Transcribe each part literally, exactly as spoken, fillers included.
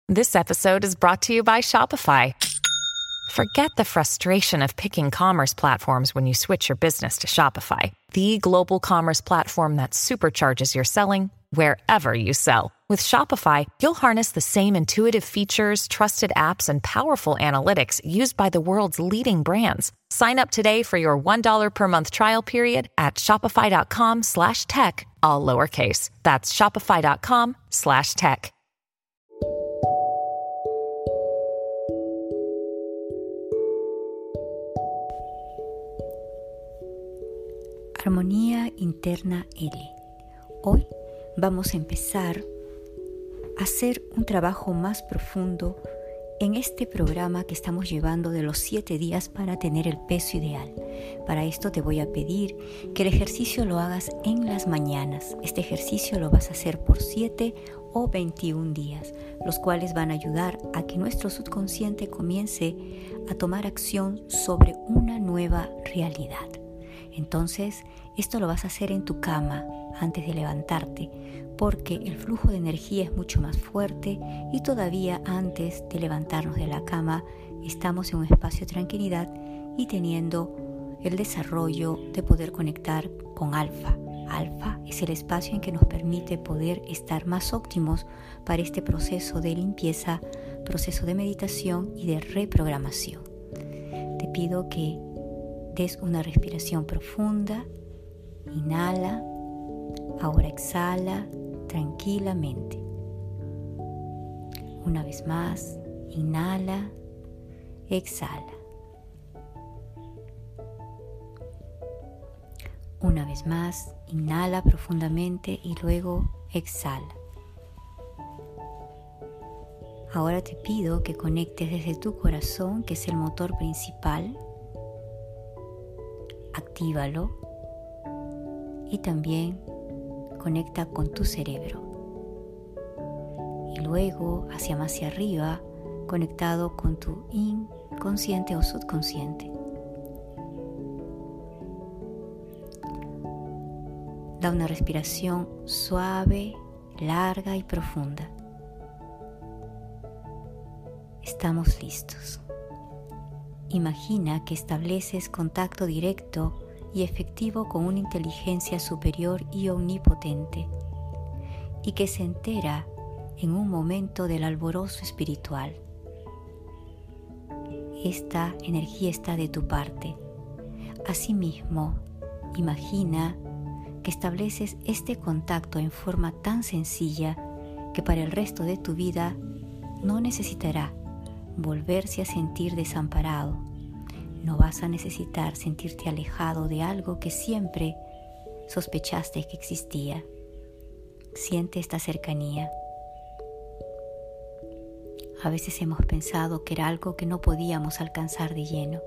This episode is brought to you by Shopify. Forget the frustration of picking commerce platforms when you switch your business to Shopify, the global commerce platform that supercharges your selling wherever you sell. With Shopify, you'll harness the same intuitive features, trusted apps, and powerful analytics used by the world's leading brands. Sign up today for your one dollar per month trial period at shopify.com slash tech, all lowercase. That's shopify.com slash tech. Armonía Interna L. Hoy vamos a empezar a hacer un trabajo más profundo en este programa que estamos llevando de los siete días para tener el peso ideal. Para esto te voy a pedir que el ejercicio lo hagas en las mañanas. Este ejercicio lo vas a hacer por siete o veintiún días, los cuales van a ayudar a que nuestro subconsciente comience a tomar acción sobre una nueva realidad. Entonces, esto lo vas a hacer en tu cama antes de levantarte, porque el flujo de energía es mucho más fuerte y todavía antes de levantarnos de la cama estamos en un espacio de tranquilidad y teniendo el desarrollo de poder conectar con Alfa. Alfa es el espacio en que nos permite poder estar más óptimos para este proceso de limpieza, proceso de meditación y de reprogramación. Te pido que des una respiración profunda, inhala, ahora exhala tranquilamente. Una vez más, inhala, exhala. Una vez más, inhala profundamente y luego exhala. Ahora te pido que conectes desde tu corazón, que es el motor principal. Actívalo y también conecta con tu cerebro. Y luego hacia más hacia arriba, conectado con tu inconsciente o subconsciente. Da una respiración suave, larga y profunda. Estamos listos. Imagina que estableces contacto directo y efectivo con una inteligencia superior y omnipotente y que se entera en un momento del alborozo espiritual. Esta energía está de tu parte. Asimismo, imagina que estableces este contacto en forma tan sencilla que para el resto de tu vida no necesitará volverse a sentir desamparado. No vas a necesitar sentirte alejado de algo que siempre sospechaste que existía. Siente esta cercanía. A veces hemos pensado que era algo que no podíamos alcanzar de lleno.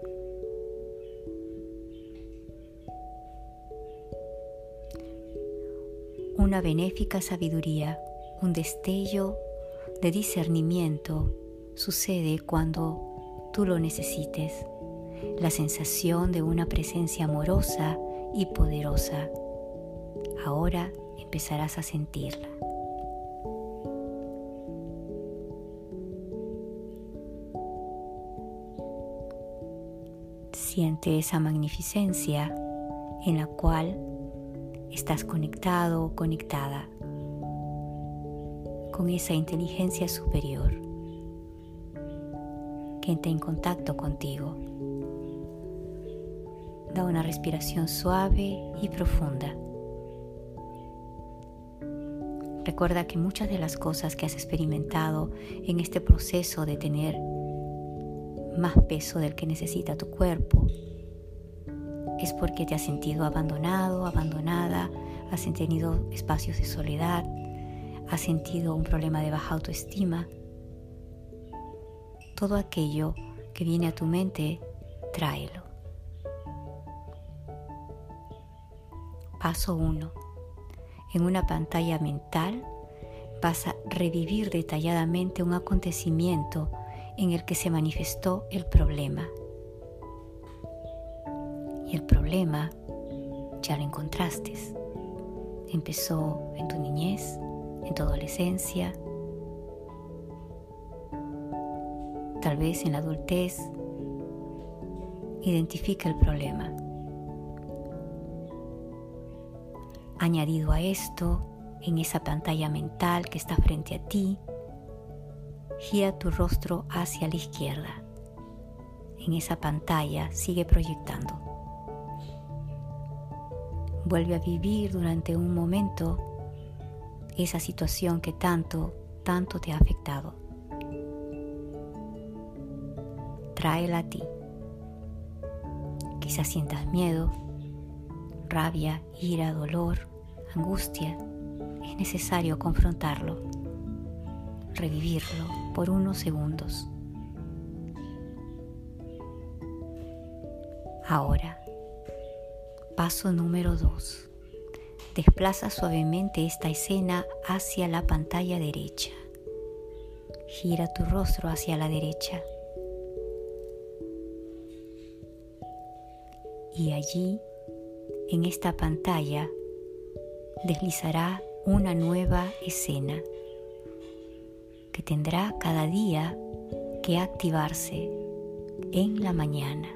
Una benéfica sabiduría, un destello de discernimiento sucede cuando tú lo necesites. La sensación de una presencia amorosa y poderosa. Ahora empezarás a sentirla. Siente esa magnificencia en la cual estás conectado o conectada con esa inteligencia superior que entra en contacto contigo. Da una respiración suave y profunda. Recuerda que muchas de las cosas que has experimentado en este proceso de tener más peso del que necesita tu cuerpo es porque te has sentido abandonado, abandonada, has tenido espacios de soledad, has sentido un problema de baja autoestima. Todo aquello que viene a tu mente, tráelo. Paso uno. En una pantalla mental vas a revivir detalladamente un acontecimiento en el que se manifestó el problema. Y el problema ya lo encontraste. Empezó en tu niñez, en tu adolescencia, tal vez en la adultez, identifica el problema. Añadido a esto, en esa pantalla mental que está frente a ti, gira tu rostro hacia la izquierda. En esa pantalla sigue proyectando. Vuelve a vivir durante un momento esa situación que tanto, tanto te ha afectado. Tráela a ti. Quizás sientas miedo, rabia, ira, dolor, angustia. Es necesario confrontarlo, revivirlo por unos segundos. Ahora, paso número dos. Desplaza suavemente esta escena hacia la pantalla derecha. Gira tu rostro hacia la derecha. Y allí, en esta pantalla, deslizará una nueva escena que tendrá cada día que activarse en la mañana.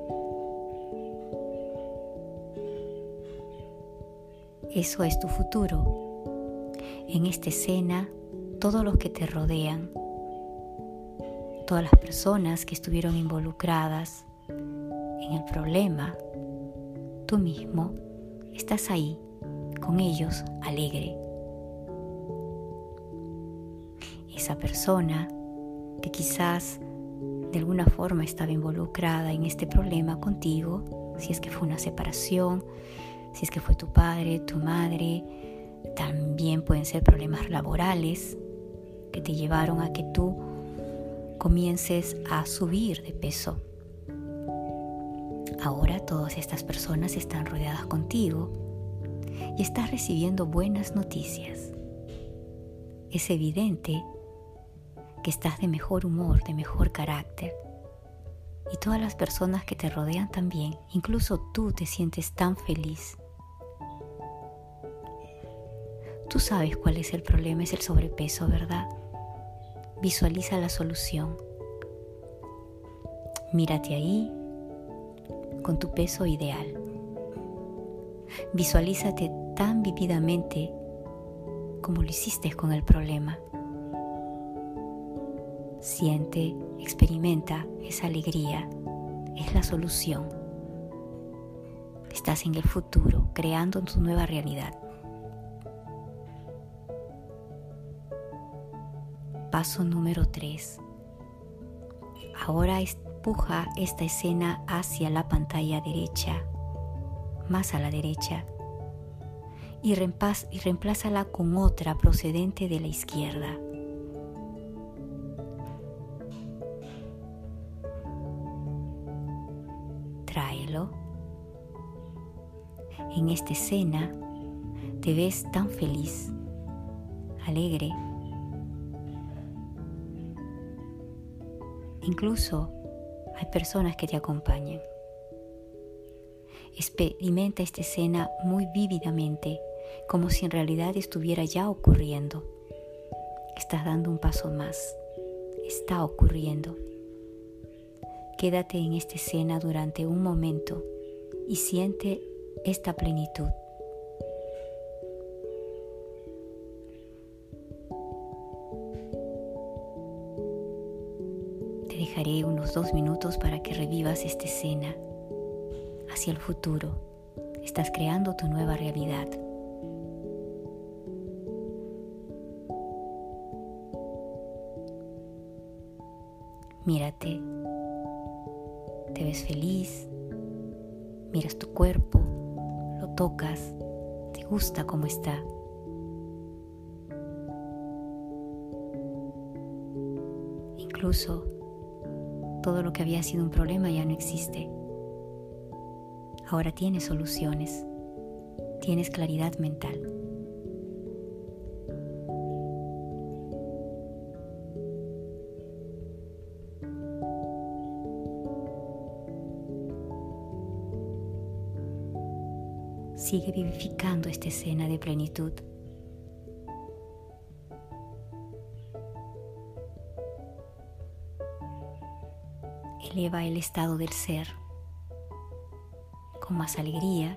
Eso es tu futuro. En esta escena, todos los que te rodean, todas las personas que estuvieron involucradas en el problema, tú mismo estás ahí con ellos alegre. Esa persona que quizás de alguna forma estaba involucrada en este problema contigo, si es que fue una separación, si es que fue tu padre, tu madre, también pueden ser problemas laborales que te llevaron a que tú comiences a subir de peso. Ahora todas estas personas están rodeadas contigo y estás recibiendo buenas noticias. Es evidente que estás de mejor humor, de mejor carácter. Y todas las personas que te rodean también, incluso tú te sientes tan feliz. Tú sabes cuál es el problema, es el sobrepeso, ¿verdad? Visualiza la solución. Mírate ahí con tu peso ideal. Visualízate tan vívidamente como lo hiciste con el problema. Siente, experimenta esa alegría. Es la solución. Estás en el futuro, creando tu nueva realidad. Paso número tres. Ahora empuja esta escena hacia la pantalla derecha, más a la derecha, y, reemplaz, y reemplázala con otra procedente de la izquierda. Tráelo. En esta escena te ves tan feliz, alegre. Incluso hay personas que te acompañan. Experimenta esta escena muy vívidamente, como si en realidad estuviera ya ocurriendo. Estás dando un paso más. Está ocurriendo. Quédate en esta escena durante un momento y siente esta plenitud. Te dejaré unos dos minutos para que revivas esta escena hacia el futuro. Estás creando tu nueva realidad. Mírate. Te ves feliz. Miras tu cuerpo. Lo tocas. Te gusta cómo está. Incluso todo lo que había sido un problema ya no existe. Ahora tienes soluciones, tienes claridad mental. Sigue vivificando esta escena de plenitud. eleva el estado del ser con más alegría,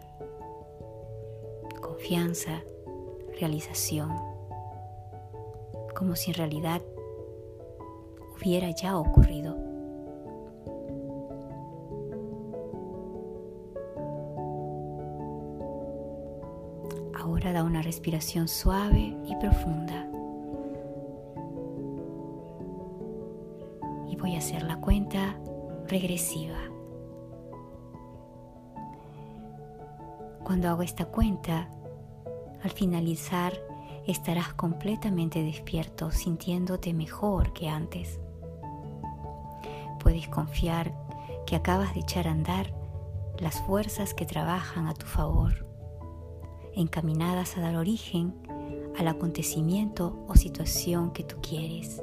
confianza, realización, como si en realidad hubiera ya ocurrido. Ahora da una respiración suave y profunda. Y voy a hacer la cuenta regresiva. Cuando hago esta cuenta, al finalizar estarás completamente despierto, sintiéndote mejor que antes. Puedes confiar que acabas de echar a andar las fuerzas que trabajan a tu favor, encaminadas a dar origen al acontecimiento o situación que tú quieres.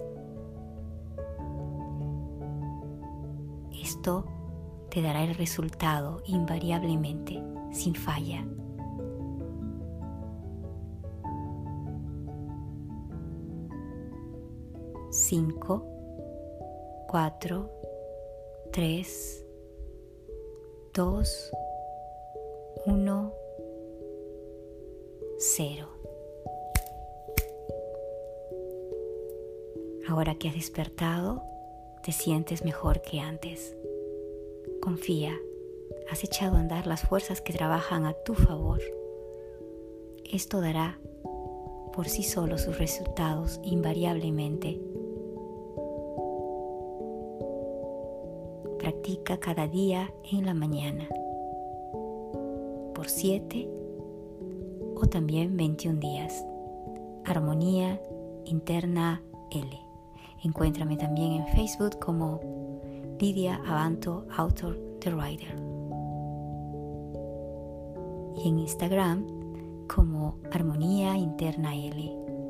Esto te dará el resultado invariablemente, sin falla. Cinco, cuatro, tres, dos, uno, cero. Ahora que has despertado, te sientes mejor que antes. Confía, has echado a andar las fuerzas que trabajan a tu favor. Esto dará por sí solo sus resultados invariablemente. Practica cada día en la mañana, por siete o también veintiún días. Armonía Interna L. Encuéntrame también en Facebook como Lidia Abanto, Author The Writer. Y en Instagram como Armonía Interna L.